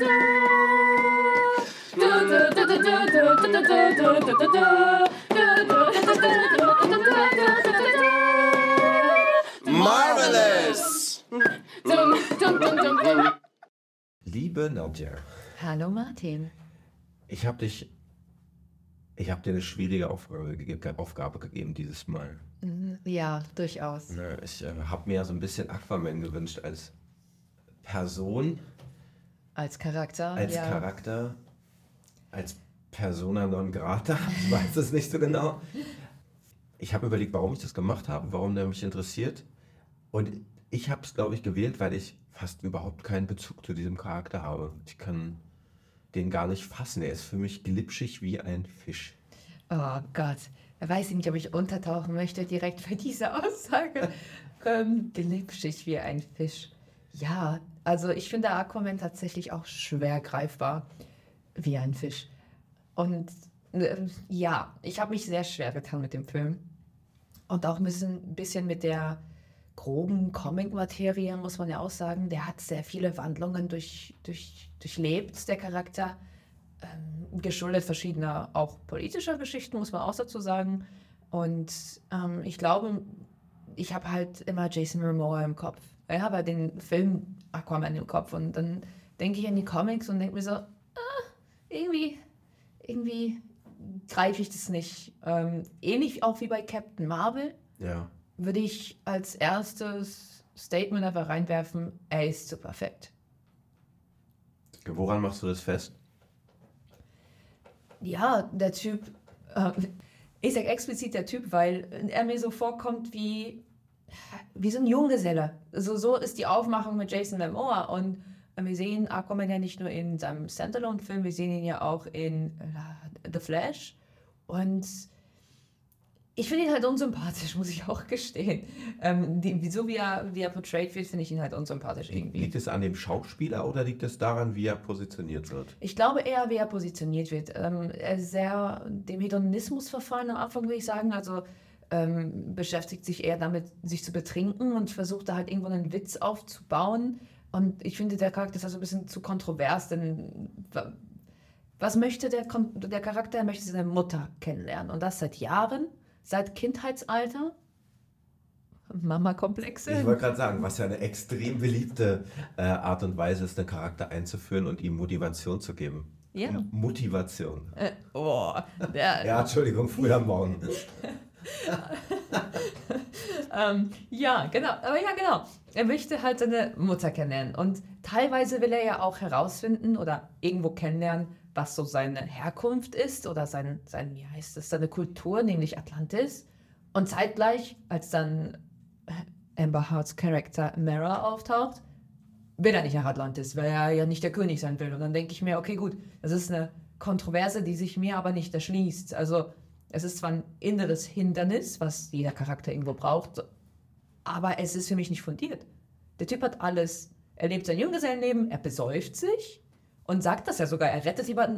Marvelous! Liebe Nadja, Hallo Martin. ich habe dir eine schwierige Aufgabe gegeben dieses Mal. Ja, durchaus. Ne, ich habe mir ja so ein bisschen Aquaman gewünscht als Person, Als Charakter, als ja. Charakter, als Persona non grata. Ich weiß es nicht so genau. Ich habe überlegt, warum ich das gemacht habe, warum der mich interessiert. Und ich habe es, glaube ich, gewählt, weil ich fast überhaupt keinen Bezug zu diesem Charakter habe. Ich kann den gar nicht fassen. Er ist für mich glitschig wie ein Fisch. Oh Gott, da weiß ich nicht, ob ich untertauchen möchte direkt bei dieser Aussage. Glitschig wie ein Fisch. Ja, also ich finde Aquaman tatsächlich auch schwer greifbar wie ein Fisch. Und ja, ich habe mich sehr schwer getan mit dem Film. Und auch ein bisschen mit der groben Comic-Materie, muss man ja auch sagen. Der hat sehr viele Wandlungen durchlebt, der Charakter. Geschuldet verschiedener, auch politischer Geschichten, muss man auch dazu sagen. Und ich glaube, ich habe halt immer Jason Momoa im Kopf. Ich habe halt den Film Aquaman im Kopf. Und dann denke ich an die Comics und denke mir so, irgendwie greife ich das nicht. Ähnlich auch wie bei Captain Marvel. Ja. Würde ich als erstes Statement einfach reinwerfen, er ist zu perfekt. Woran machst du das fest? Ja, der Typ, ich sag explizit der Typ, weil er mir so vorkommt wie so ein Junggeselle. So ist die Aufmachung mit Jason Momoa und wir sehen Aquaman ja nicht nur in seinem Standalone-Film, wir sehen ihn ja auch in The Flash und ich finde ihn halt unsympathisch, muss ich auch gestehen. So wie er portrayed wird, finde ich ihn halt unsympathisch irgendwie. Liegt es an dem Schauspieler oder liegt es daran, wie er positioniert wird? Ich glaube eher, wie er positioniert wird. Er ist sehr dem Hedonismus verfallen am Anfang, würde ich sagen. Also beschäftigt sich eher damit, sich zu betrinken und versucht da halt irgendwo einen Witz aufzubauen. Und ich finde, der Charakter ist also ein bisschen zu kontrovers, denn was möchte der Charakter? Er möchte seine Mutter kennenlernen. Und das seit Jahren. Seit Kindheitsalter, Mama-Komplexe. Ich wollte gerade sagen, was ja eine extrem beliebte Art und Weise ist, einen Charakter einzuführen und ihm Motivation zu geben. Ja. Motivation. Ja, Entschuldigung, früh am Morgen. ja, genau. Aber ja, genau. Er möchte halt seine Mutter kennenlernen. Und teilweise will er ja auch herausfinden oder irgendwo kennenlernen, was so seine Herkunft ist oder seine Kultur, nämlich Atlantis. Und zeitgleich, als dann Amber Heards Charakter Mera auftaucht, will er nicht nach Atlantis, weil er ja nicht der König sein will. Und dann denke ich mir, okay, gut, das ist eine Kontroverse, die sich mir aber nicht erschließt. Also es ist zwar ein inneres Hindernis, was jeder Charakter irgendwo braucht, aber es ist für mich nicht fundiert. Der Typ hat alles. Er lebt sein Junggesellenleben, er besäuft sich und sagt das ja sogar. Er rettet jemanden,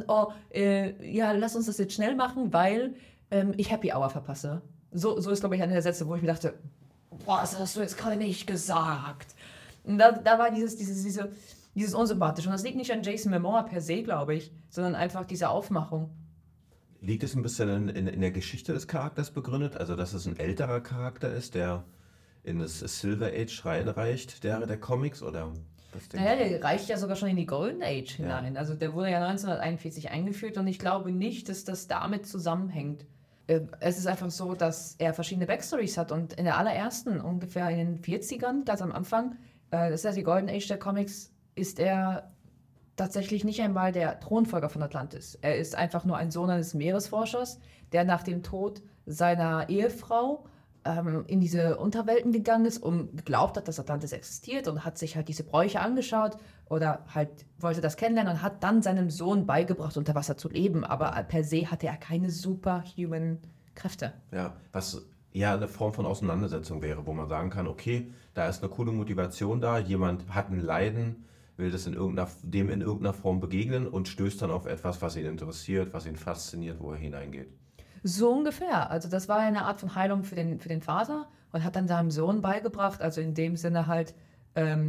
lass uns das jetzt schnell machen, weil ich Happy Hour verpasse. So ist, glaube ich, einer der Sätze, wo ich mir dachte, boah, das hast du jetzt gerade nicht gesagt. Und da war dieses Unsympathische. Und das liegt nicht an Jason Momoa per se, glaube ich, sondern einfach diese Aufmachung. Liegt es ein bisschen in der Geschichte des Charakters begründet? Also, dass es ein älterer Charakter ist, der in das Silver Age reinreicht, der Comics, oder was denkst du? Der reicht ja sogar schon in die Golden Age hinein. Ja. Also der wurde ja 1941 eingeführt und ich glaube nicht, dass das damit zusammenhängt. Es ist einfach so, dass er verschiedene Backstories hat und in der allerersten, ungefähr in den 40ern, ganz am Anfang, das heißt die Golden Age der Comics, ist er tatsächlich nicht einmal der Thronfolger von Atlantis. Er ist einfach nur ein Sohn eines Meeresforschers, der nach dem Tod seiner Ehefrau in diese Unterwelten gegangen ist und geglaubt hat, dass Atlantis existiert und hat sich halt diese Bräuche angeschaut oder halt wollte das kennenlernen und hat dann seinem Sohn beigebracht, unter Wasser zu leben. Aber per se hatte er keine superhuman Kräfte. Ja, was ja eine Form von Auseinandersetzung wäre, wo man sagen kann, okay, da ist eine coole Motivation da, jemand hat ein Leiden, will das in irgendeiner Form begegnen und stößt dann auf etwas, was ihn interessiert, was ihn fasziniert, wo er hineingeht. So ungefähr. Also das war eine Art von Heilung für den Vater und hat dann seinem Sohn beigebracht, also in dem Sinne halt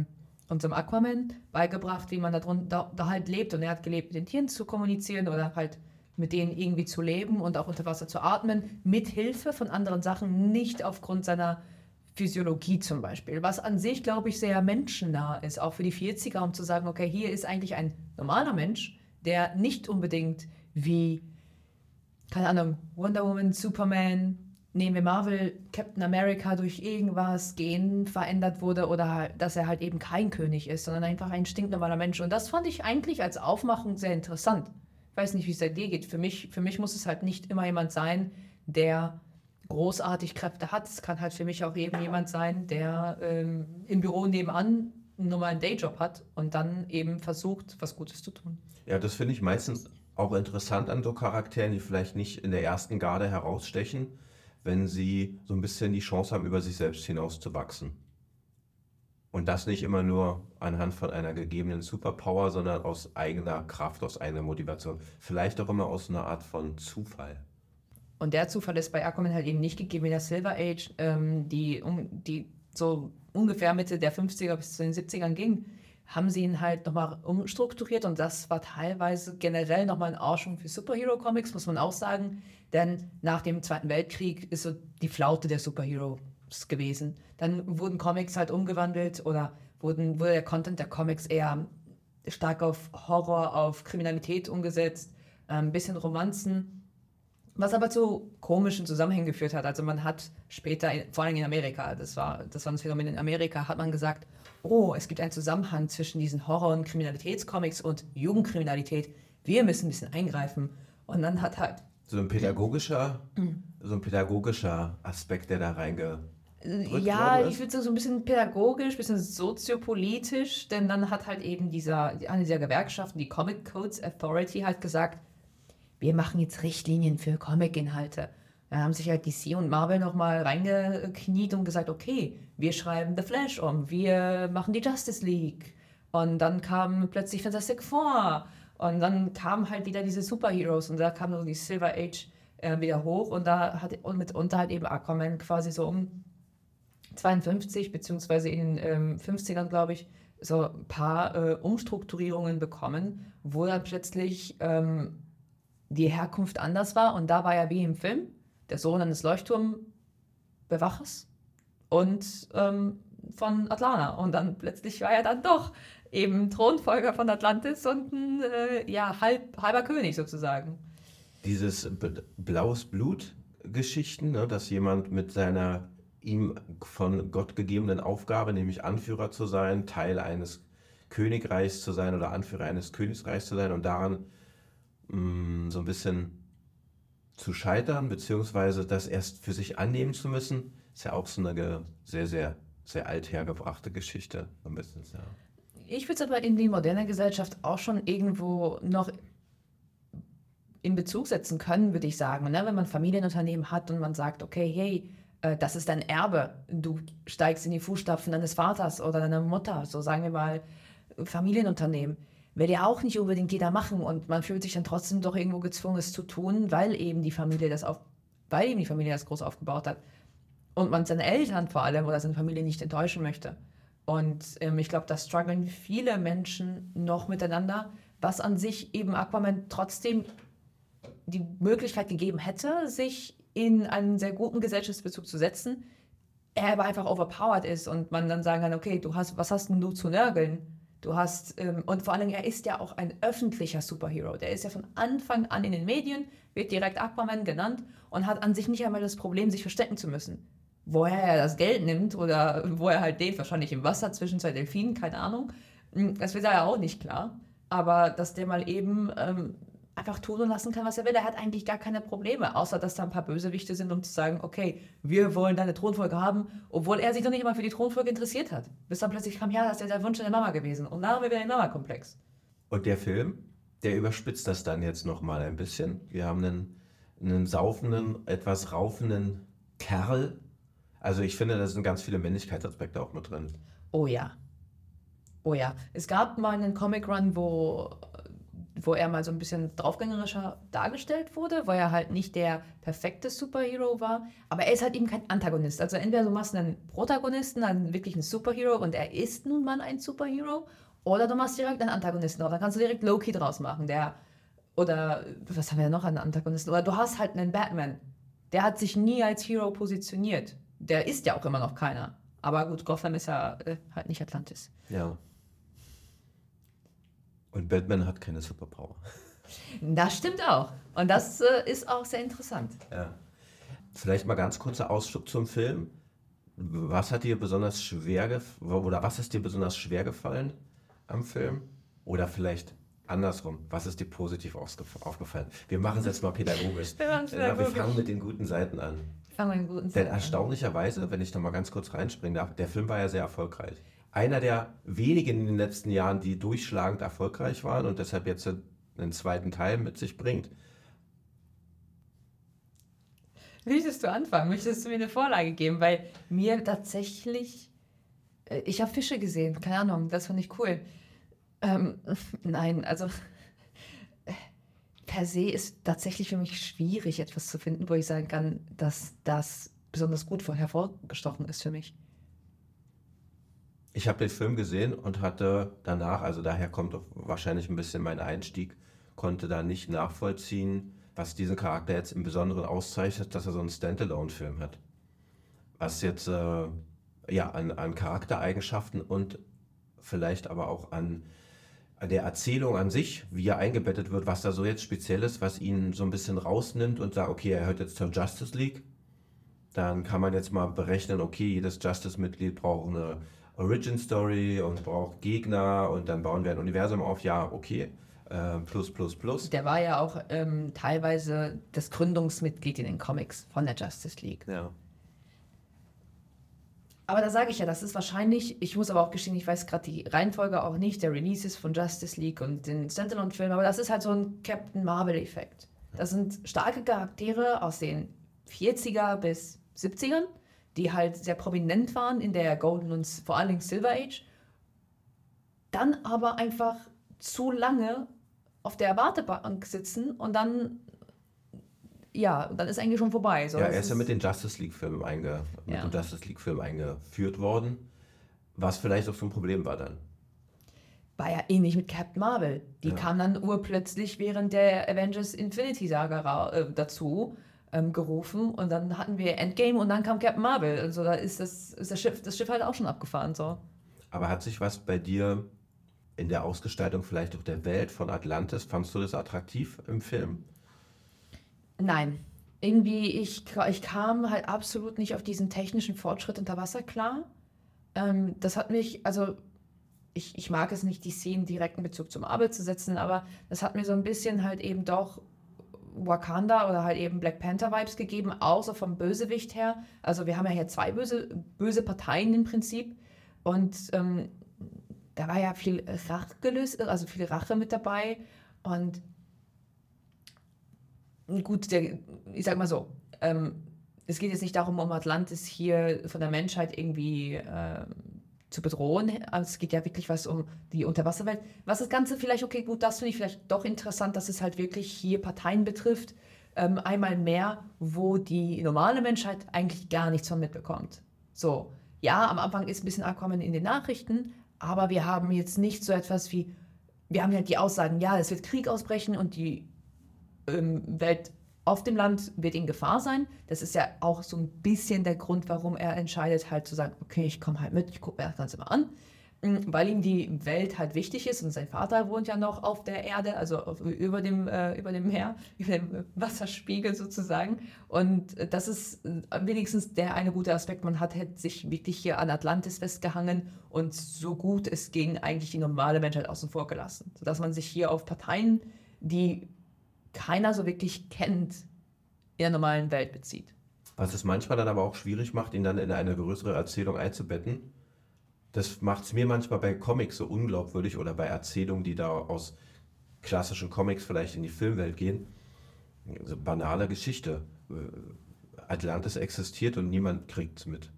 unserem Aquaman beigebracht, wie man da halt lebt. Und er hat gelebt, mit den Tieren zu kommunizieren oder halt mit denen irgendwie zu leben und auch unter Wasser zu atmen, mit Hilfe von anderen Sachen, nicht aufgrund seiner Physiologie zum Beispiel. Was an sich, glaube ich, sehr menschennah ist, auch für die 40er, um zu sagen, okay, hier ist eigentlich ein normaler Mensch, der nicht unbedingt wie, keine Ahnung, Wonder Woman, Superman, nehmen wir Marvel, Captain America durch irgendwas Gen verändert wurde oder dass er halt eben kein König ist, sondern einfach ein stinknormaler Mensch. Und das fand ich eigentlich als Aufmachung sehr interessant. Ich weiß nicht, wie es dir geht. Für mich muss es halt nicht immer jemand sein, der großartig Kräfte hat. Es kann halt für mich auch eben jemand sein, der im Büro nebenan einen normalen Dayjob hat und dann eben versucht, was Gutes zu tun. Ja, das finde ich meistens auch interessant an so Charakteren, die vielleicht nicht in der ersten Garde herausstechen, wenn sie so ein bisschen die Chance haben, über sich selbst hinaus zu wachsen. Und das nicht immer nur anhand von einer gegebenen Superpower, sondern aus eigener Kraft, aus eigener Motivation. Vielleicht auch immer aus einer Art von Zufall. Und der Zufall ist bei Aquaman halt eben nicht gegeben in der Silver Age, die so ungefähr Mitte der 50er bis zu den 70ern ging, haben sie ihn halt nochmal umstrukturiert und das war teilweise generell nochmal ein Aufschwung für Superhero-Comics, muss man auch sagen, denn nach dem Zweiten Weltkrieg ist so die Flaute der Superheroes gewesen. Dann wurden Comics halt umgewandelt oder wurde der Content der Comics eher stark auf Horror, auf Kriminalität umgesetzt, ein bisschen Romanzen, was aber zu komischen Zusammenhängen geführt hat. Also man hat später, vor allem in Amerika, das war das Phänomen in Amerika, hat man gesagt, oh, es gibt einen Zusammenhang zwischen diesen Horror- und Kriminalitätscomics und Jugendkriminalität. Wir müssen ein bisschen eingreifen. Und dann hat halt... So ein pädagogischer Aspekt, der da reingedrückt Ja, worden ich ist. würde sagen, so ein bisschen pädagogisch, ein bisschen soziopolitisch, denn dann hat halt eben eine dieser Gewerkschaften, die Comic Codes Authority, halt gesagt, wir machen jetzt Richtlinien für Comic-Inhalte. Da haben sich halt DC und Marvel nochmal reingekniet und gesagt, okay, wir schreiben The Flash um, wir machen die Justice League. Und dann kam plötzlich Fantastic Four. Und dann kamen halt wieder diese Superheroes und da kam so die Silver Age wieder hoch und da hat und mitunter halt eben Aquaman quasi so um 52 beziehungsweise in den 50ern, glaube ich, so ein paar Umstrukturierungen bekommen, wo dann plötzlich die Herkunft anders war und da war ja wie im Film der Sohn eines Leuchtturmbewachers und von Atlanta und dann plötzlich war er dann doch eben Thronfolger von Atlantis und ein halber König sozusagen. Dieses blaues Blut-Geschichten, ne, dass jemand mit seiner ihm von Gott gegebenen Aufgabe, nämlich Anführer zu sein, Teil eines Königreichs zu sein oder Anführer eines Königreichs zu sein und daran so ein bisschen zu scheitern, beziehungsweise das erst für sich annehmen zu müssen, ist ja auch so eine sehr, sehr, sehr althergebrachte Geschichte. So ein bisschen, ja. Ich würde es aber in die moderne Gesellschaft auch schon irgendwo noch in Bezug setzen können, würde ich sagen. Ne? Wenn man Familienunternehmen hat und man sagt, okay, hey, das ist dein Erbe, du steigst in die Fußstapfen deines Vaters oder deiner Mutter, so sagen wir mal Familienunternehmen, will ja auch nicht unbedingt jeder machen und man fühlt sich dann trotzdem doch irgendwo gezwungen, es zu tun, weil eben die Familie das groß aufgebaut hat und man seine Eltern vor allem oder seine Familie nicht enttäuschen möchte. Und ich glaube, da strugglen viele Menschen noch miteinander, was an sich eben Aquaman trotzdem die Möglichkeit gegeben hätte, sich in einen sehr guten Gesellschaftsbezug zu setzen. Er aber einfach overpowered ist und man dann sagen kann, okay, was hast denn du zu nörgeln? Und vor allem, er ist ja auch ein öffentlicher Superhero. Der ist ja von Anfang an in den Medien, wird direkt Aquaman genannt und hat an sich nicht einmal das Problem, sich verstecken zu müssen. Woher er das Geld nimmt oder wo er halt lebt, wahrscheinlich im Wasser zwischen zwei Delfinen, keine Ahnung. Das wird ja auch nicht klar. Aber dass der mal eben einfach tun und lassen kann, was er will, er hat eigentlich gar keine Probleme, außer dass da ein paar Bösewichte sind, um zu sagen, okay, wir wollen deine Thronfolge haben, obwohl er sich noch nicht mal für die Thronfolge interessiert hat. Bis dann plötzlich kam, ja, das ist ja der Wunsch der Mama gewesen. Und dann haben wir wieder den Mama-Komplex. Und der Film, der überspitzt das dann jetzt nochmal ein bisschen. Wir haben einen saufenden, etwas raufenden Kerl. Also ich finde, da sind ganz viele Männlichkeitsaspekte auch mit drin. Oh ja. Oh ja. Es gab mal einen Comic-Run, wo wo er mal so ein bisschen draufgängerischer dargestellt wurde, wo er halt nicht der perfekte Superhero war, aber er ist halt eben kein Antagonist. Also entweder du machst einen Protagonisten, einen wirklichen Superhero und er ist nun mal ein Superhero, oder du machst direkt einen Antagonisten drauf. Dann kannst du direkt Loki draus machen, oder was haben wir noch an Antagonisten? Oder du hast halt einen Batman, der hat sich nie als Hero positioniert. Der ist ja auch immer noch keiner. Aber gut, Gotham ist ja halt nicht Atlantis. Ja. Und Batman hat keine Superpower. Das stimmt auch. Und das ist auch sehr interessant. Ja. Vielleicht mal ganz kurzer Ausflug zum Film. Was hat dir besonders was ist dir besonders schwer gefallen am Film? Oder vielleicht andersrum, was ist dir positiv aufgefallen? Wir machen es jetzt mal pädagogisch. Wir fangen mit den guten Seiten an. Denn erstaunlicherweise, wenn ich noch mal ganz kurz reinspringen darf, der Film war ja sehr erfolgreich. Einer der wenigen in den letzten Jahren, die durchschlagend erfolgreich waren und deshalb jetzt einen zweiten Teil mit sich bringt. Möchtest du anfangen? Möchtest du mir eine Vorlage geben? Weil mir tatsächlich, ich habe Fische gesehen, keine Ahnung, das fand ich cool. Nein, also per se ist tatsächlich für mich schwierig, etwas zu finden, wo ich sagen kann, dass das besonders gut hervorgestochen ist für mich. Ich habe den Film gesehen und hatte danach, also daher kommt auch wahrscheinlich ein bisschen mein Einstieg, konnte da nicht nachvollziehen, was diesen Charakter jetzt im Besonderen auszeichnet, dass er so einen Standalone-Film hat. Was jetzt an Charaktereigenschaften und vielleicht aber auch an der Erzählung an sich, wie er eingebettet wird, was da so jetzt speziell ist, was ihn so ein bisschen rausnimmt und sagt, okay, er hört jetzt zur Justice League. Dann kann man jetzt mal berechnen, okay, jedes Justice-Mitglied braucht eine Origin Story und braucht Gegner und dann bauen wir ein Universum auf. Ja, okay. Plus. Der war ja auch teilweise das Gründungsmitglied in den Comics von der Justice League. Ja. Aber da sage ich ja, das ist wahrscheinlich, ich muss aber auch gestehen, ich weiß gerade die Reihenfolge auch nicht, der Releases von Justice League und den Standalone-Film, aber das ist halt so ein Captain Marvel-Effekt. Das sind starke Charaktere aus den 40er bis 70ern, die halt sehr prominent waren in der Golden und vor allen Dingen Silver Age, dann aber einfach zu lange auf der Wartebank sitzen und dann ist eigentlich schon vorbei. So, ja, er ist ja mit den Justice League-Filmen eingeführt worden, was vielleicht auch so ein Problem war dann. War ja ähnlich mit Captain Marvel. Die kam dann urplötzlich während der Avengers Infinity Saga dazu gerufen und dann hatten wir Endgame und dann kam Captain Marvel. Also da ist das Schiff halt auch schon abgefahren. So. Aber hat sich was bei dir in der Ausgestaltung vielleicht auch der Welt von Atlantis, fandst du das attraktiv im Film? Nein. Irgendwie, ich kam halt absolut nicht auf diesen technischen Fortschritt unter Wasser klar. Das hat mich, also ich mag es nicht, die Szenen direkt in Bezug zum Marvel zu setzen, aber das hat mir so ein bisschen halt eben doch Wakanda oder halt eben Black Panther Vibes gegeben, außer vom Bösewicht her. Also wir haben ja hier zwei böse Parteien im Prinzip und da war ja viel viel Rache mit dabei und gut, ich sag mal so, es geht jetzt nicht darum, um Atlantis hier von der Menschheit irgendwie zu bedrohen. Es geht ja wirklich was um die Unterwasserwelt. Was das Ganze vielleicht, okay, gut, das finde ich vielleicht doch interessant, dass es halt wirklich hier Parteien betrifft. Einmal mehr, wo die normale Menschheit eigentlich gar nichts von mitbekommt. So, ja, am Anfang ist ein bisschen Aquaman in den Nachrichten, aber wir haben jetzt nicht so etwas wie, wir haben ja die Aussagen, ja, es wird Krieg ausbrechen und die Welt auf dem Land wird in Gefahr sein. Das ist ja auch so ein bisschen der Grund, warum er entscheidet, halt zu sagen, okay, ich komme halt mit, ich gucke mir das Ganze mal an. Weil ihm die Welt halt wichtig ist und sein Vater wohnt ja noch auf der Erde, also über dem Meer, über dem Wasserspiegel sozusagen. Und das ist wenigstens der eine gute Aspekt. Man hat sich wirklich hier an Atlantis festgehangen und so gut es ging eigentlich die normale Menschheit außen vor gelassen. Sodass man sich hier auf Parteien, die keiner so wirklich kennt, in der normalen Welt bezieht. Was es manchmal dann aber auch schwierig macht, ihn dann in eine größere Erzählung einzubetten. Das macht es mir manchmal bei Comics so unglaubwürdig oder bei Erzählungen, die da aus klassischen Comics vielleicht in die Filmwelt gehen. Also banale Geschichte. Atlantis existiert und niemand kriegt es mit.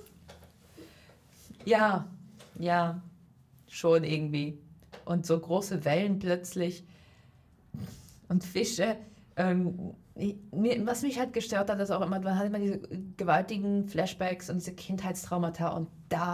Ja, schon irgendwie. Und so große Wellen plötzlich. und Fische. Was mich halt gestört hat, ist auch immer, man hat immer diese gewaltigen Flashbacks und diese Kindheitstraumata und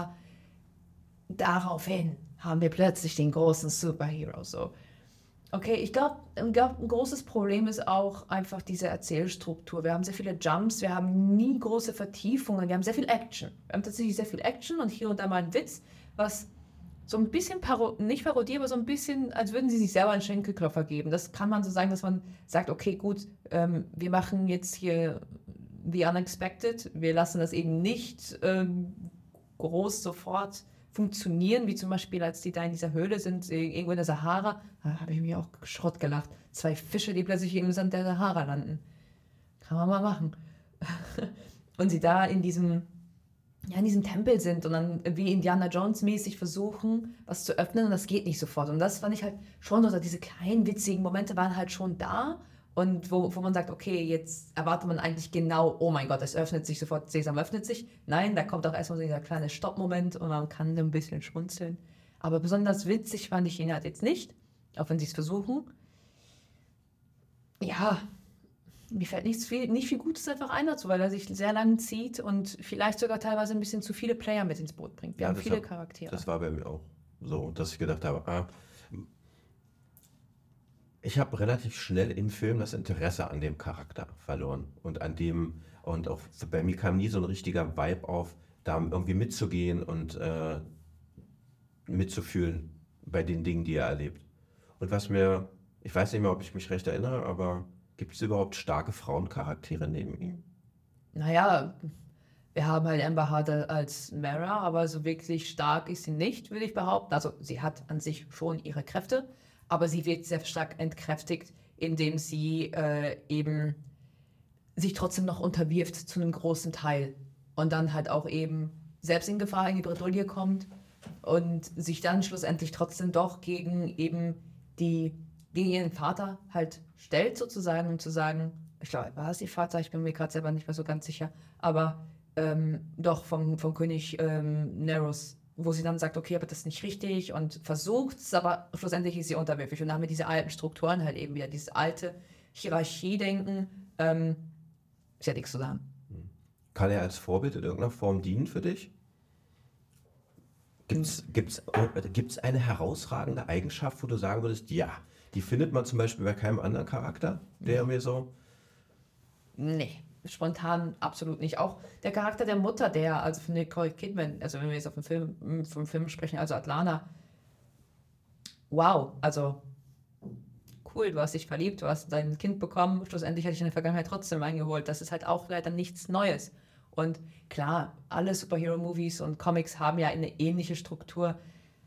daraufhin haben wir plötzlich den großen Superhero. So. Okay, ich glaube, ein großes Problem ist auch einfach diese Erzählstruktur. Wir haben sehr viele Jumps, wir haben nie große Vertiefungen, wir haben sehr viel Action. Wir haben tatsächlich sehr viel Action und hier und da mal einen Witz, was so ein bisschen, nicht Parodie, aber so ein bisschen, als würden sie sich selber einen Schenkelklopfer geben. Das kann man so sagen, dass man sagt, okay, gut, wir machen jetzt hier The Unexpected, wir lassen das eben nicht groß sofort funktionieren, wie zum Beispiel, als die da in dieser Höhle sind, irgendwo in der Sahara, da habe ich mir auch Schrott gelacht. 2 Fische, die plötzlich im Sand der Sahara landen. Kann man mal machen. Und sie da in diesem Tempel sind und dann wie Indiana Jones mäßig versuchen, was zu öffnen und das geht nicht sofort. Und das fand ich halt schon, oder diese kleinen witzigen Momente waren halt schon da und wo man sagt, okay, jetzt erwartet man eigentlich genau, oh mein Gott, es öffnet sich sofort, Sesam öffnet sich. Nein, da kommt auch erstmal so dieser kleine Stoppmoment und man kann ein bisschen schmunzeln. Aber besonders witzig fand ich ihn halt jetzt nicht, auch wenn sie es versuchen. Ja, mir fällt nicht viel Gutes einfach ein dazu, weil er sich sehr lang zieht und vielleicht sogar teilweise ein bisschen zu viele Player mit ins Boot bringt. Wir haben viele Charaktere. Das war bei mir auch so, dass ich gedacht habe, ich habe relativ schnell im Film das Interesse an dem Charakter verloren und auch bei mir kam nie so ein richtiger Vibe auf, da irgendwie mitzugehen und mitzufühlen bei den Dingen, die er erlebt. Und ich weiß nicht mehr, ob ich mich recht erinnere, aber gibt es überhaupt starke Frauencharaktere neben ihm? Naja, wir haben halt Amber Heard als Mara, aber so wirklich stark ist sie nicht, würde ich behaupten. Also sie hat an sich schon ihre Kräfte, aber sie wird sehr stark entkräftigt, indem sie eben sich trotzdem noch unterwirft zu einem großen Teil und dann halt auch eben selbst in Gefahr, in die Bredouille kommt und sich dann schlussendlich trotzdem doch gegen ihren Vater halt stellt sozusagen, um zu sagen, ich glaube, war es ihr Vater, ich bin mir gerade selber nicht mehr so ganz sicher, aber doch vom König Neros, wo sie dann sagt, okay, aber das ist nicht richtig und versucht es, aber schlussendlich ist sie unterwürfig und dann haben wir diese alten Strukturen halt eben wieder, dieses alte Hierarchiedenken, ist ja nichts zu sagen. Kann er als Vorbild in irgendeiner Form dienen für dich? Gibt's eine herausragende Eigenschaft, wo du sagen würdest, ja, die findet man zum Beispiel bei keinem anderen Charakter, der mir so... Nee, spontan absolut nicht. Auch der Charakter der Mutter, also von Nicole Kidman, also wenn wir jetzt vom Film sprechen, also Atlana, wow, also cool, du hast dich verliebt, du hast dein Kind bekommen, schlussendlich hatte ich in der Vergangenheit trotzdem eingeholt. Das ist halt auch leider nichts Neues. Und klar, alle Superhero-Movies und Comics haben ja eine ähnliche Struktur.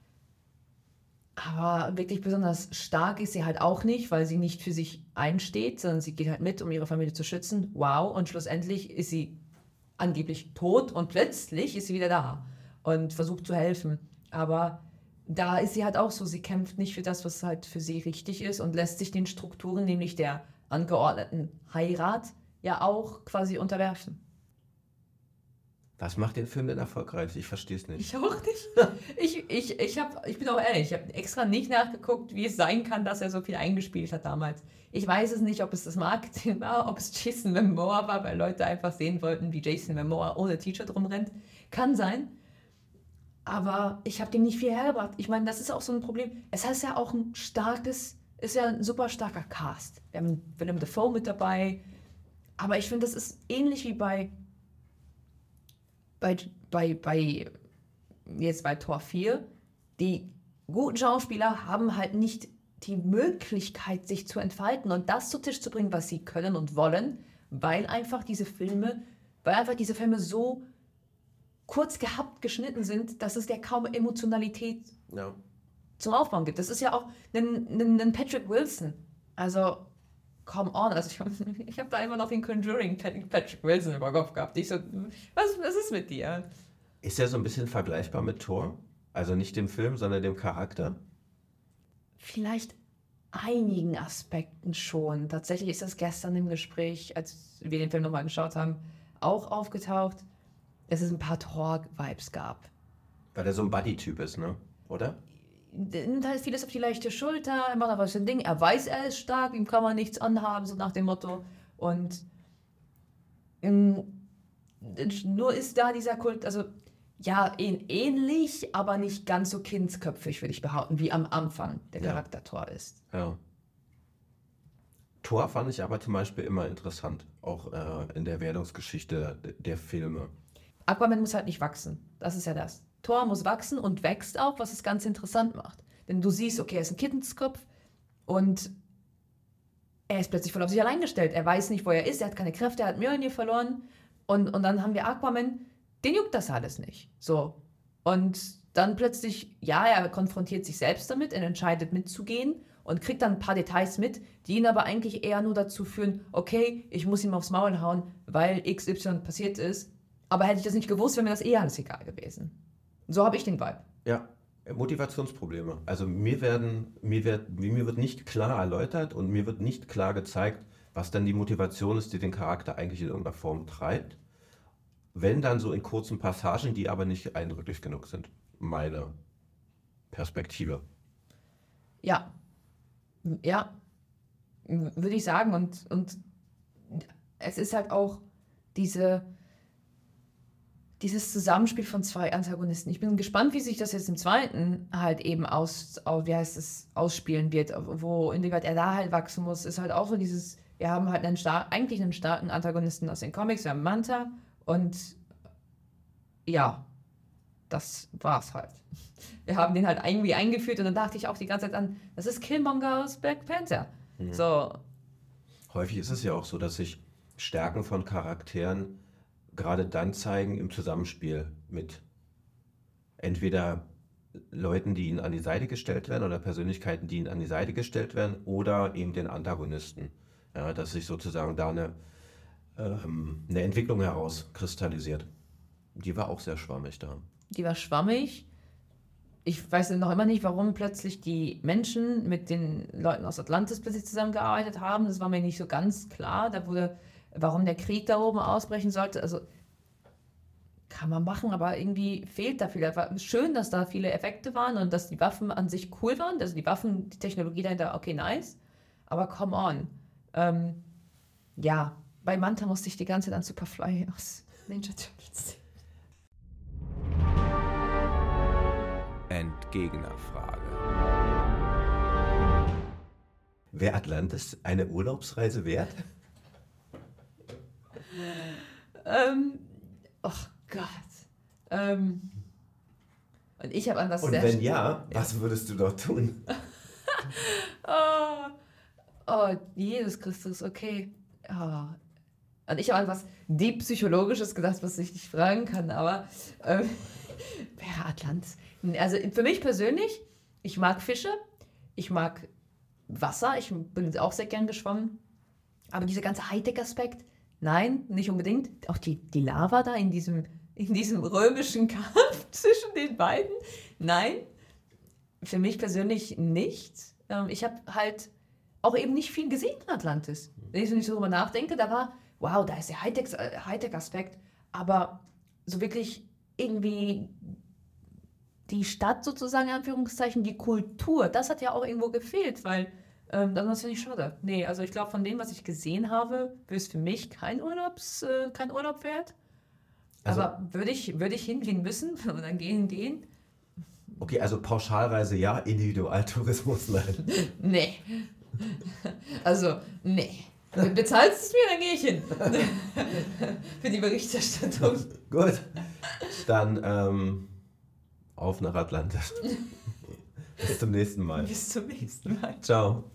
Aber wirklich besonders stark ist sie halt auch nicht, weil sie nicht für sich einsteht, sondern sie geht halt mit, um ihre Familie zu schützen. Wow, und schlussendlich ist sie angeblich tot und plötzlich ist sie wieder da und versucht zu helfen. Aber da ist sie halt auch so, sie kämpft nicht für das, was halt für sie richtig ist und lässt sich den Strukturen, nämlich der angeordneten Heirat, ja auch quasi unterwerfen. Was macht den Film denn erfolgreich? Ich verstehe es nicht. Ich auch nicht. Ich bin auch ehrlich, ich habe extra nicht nachgeguckt, wie es sein kann, dass er so viel eingespielt hat damals. Ich weiß es nicht, ob es das Marketing war, ob es Jason Momoa war, weil Leute einfach sehen wollten, wie Jason Momoa ohne T-Shirt rumrennt. Kann sein. Aber ich habe dem nicht viel hergebracht. Ich meine, das ist auch so ein Problem. Es heißt ja auch ist ja ein super starker Cast. Wir haben Willem Dafoe mit dabei. Aber ich finde, das ist ähnlich wie bei Tor 4, die guten Schauspieler haben halt nicht die Möglichkeit, sich zu entfalten und das zu Tisch zu bringen, was sie können und wollen, weil einfach diese Filme so kurz geschnitten sind, dass es ja kaum Emotionalität zum Aufbauen gibt. Das ist ja auch ein Patrick Wilson. Also, come on. Also ich hab da immer noch den Conjuring Patrick Wilson über Kopf gehabt. Ich so, was ist mit dir? Ist er so ein bisschen vergleichbar mit Thor? Also nicht dem Film, sondern dem Charakter? Vielleicht einigen Aspekten schon. Tatsächlich ist das gestern im Gespräch, als wir den Film nochmal geschaut haben, auch aufgetaucht, dass es ein paar Thor-Vibes gab. Weil er so ein Buddy-Typ ist, ne? Oder? nimmt halt vieles auf die leichte Schulter, er macht einfach sein Ding, er weiß, er ist stark, ihm kann man nichts anhaben, so nach dem Motto. Und nur ist da dieser Kult, also ja, ähnlich, aber nicht ganz so kindsköpfig, würde ich behaupten, wie am Anfang der Charakter Thor ist. Ja. Thor fand ich aber zum Beispiel immer interessant, auch in der Werdungsgeschichte der Filme. Aquaman muss halt nicht wachsen, das ist ja das. Thor muss wachsen und wächst auch, was es ganz interessant macht. Denn du siehst, okay, er ist ein Kindenskopf und er ist plötzlich voll auf sich allein gestellt. Er weiß nicht, wo er ist, er hat keine Kräfte, er hat Mjolnir verloren. Und dann haben wir Aquaman, den juckt das alles nicht. So. Und dann plötzlich, ja, er konfrontiert sich selbst damit, er entscheidet mitzugehen und kriegt dann ein paar Details mit, die ihn aber eigentlich eher nur dazu führen, okay, ich muss ihm aufs Maul hauen, weil XY passiert ist. Aber hätte ich das nicht gewusst, wäre mir das alles egal gewesen. So habe ich den Vibe. Ja, Motivationsprobleme. Also mir wird nicht klar erläutert und mir wird nicht klar gezeigt, was dann die Motivation ist, die den Charakter eigentlich in irgendeiner Form treibt. Wenn dann so in kurzen Passagen, die aber nicht eindrücklich genug sind. Meine Perspektive. Ja, würde ich sagen. Und es ist halt auch dieses Zusammenspiel von zwei Antagonisten. Ich bin gespannt, wie sich das jetzt im zweiten halt eben ausspielen wird, wo inwieweit er da halt wachsen muss. Ist halt auch so dieses, wir haben halt eigentlich einen starken Antagonisten aus den Comics, wir haben Manta und ja, das war's halt. Wir haben den halt irgendwie eingeführt und dann dachte ich auch die ganze Zeit an, das ist Killmonger aus Black Panther. So. Häufig ist es ja auch so, dass sich Stärken von Charakteren gerade dann zeigen im Zusammenspiel mit entweder Leuten, die ihnen an die Seite gestellt werden oder Persönlichkeiten, die ihnen an die Seite gestellt werden oder eben den Antagonisten. Ja, dass sich sozusagen da eine Entwicklung herauskristallisiert. Die war auch sehr schwammig da. Die war schwammig. Ich weiß noch immer nicht, warum plötzlich die Menschen mit den Leuten aus Atlantis plötzlich zusammengearbeitet haben. Das war mir nicht so ganz klar. Warum der Krieg da oben ausbrechen sollte. Also kann man machen, aber irgendwie fehlt da viel. Es war schön, dass da viele Effekte waren und dass die Waffen an sich cool waren. Also die Technologie dahinter, okay, nice. Aber come on. Ja, bei Manta musste ich die ganze Zeit an Superfly aus Ninja Turtles. Endgegnerfrage. Wäre Atlantis eine Urlaubsreise wert? Oh Gott. Und ich habe an was Und wenn ja, was würdest du dort tun? Oh, Jesus Christus, okay. Oh. Und ich habe an was deep Psychologisches gedacht, was ich nicht fragen kann, aber wäre Atlantis. Also für mich persönlich, ich mag Fische, ich mag Wasser, ich bin auch sehr gern geschwommen, aber dieser ganze Hightech-Aspekt, nein, nicht unbedingt. Auch die Lava da in diesem römischen Kampf zwischen den beiden, nein, für mich persönlich nicht. Ich habe halt auch eben nicht viel gesehen in Atlantis. Wenn ich so nicht so drüber nachdenke, da ist der Hightech-Aspekt, aber so wirklich irgendwie die Stadt sozusagen, in Anführungszeichen, die Kultur, das hat ja auch irgendwo gefehlt, weil das finde ich schade. Nee, also ich glaube, von dem, was ich gesehen habe, wäre es für mich kein Urlaub wert. Also, aber würde ich hingehen müssen und dann gehen? okay, also Pauschalreise ja, Individualtourismus nein. Nee. Also, nee. Bezahlst es mir, dann gehe ich hin. Für die Berichterstattung. Gut. Dann auf nach Atlantis. Bis zum nächsten Mal. Bis zum nächsten Mal. Ciao.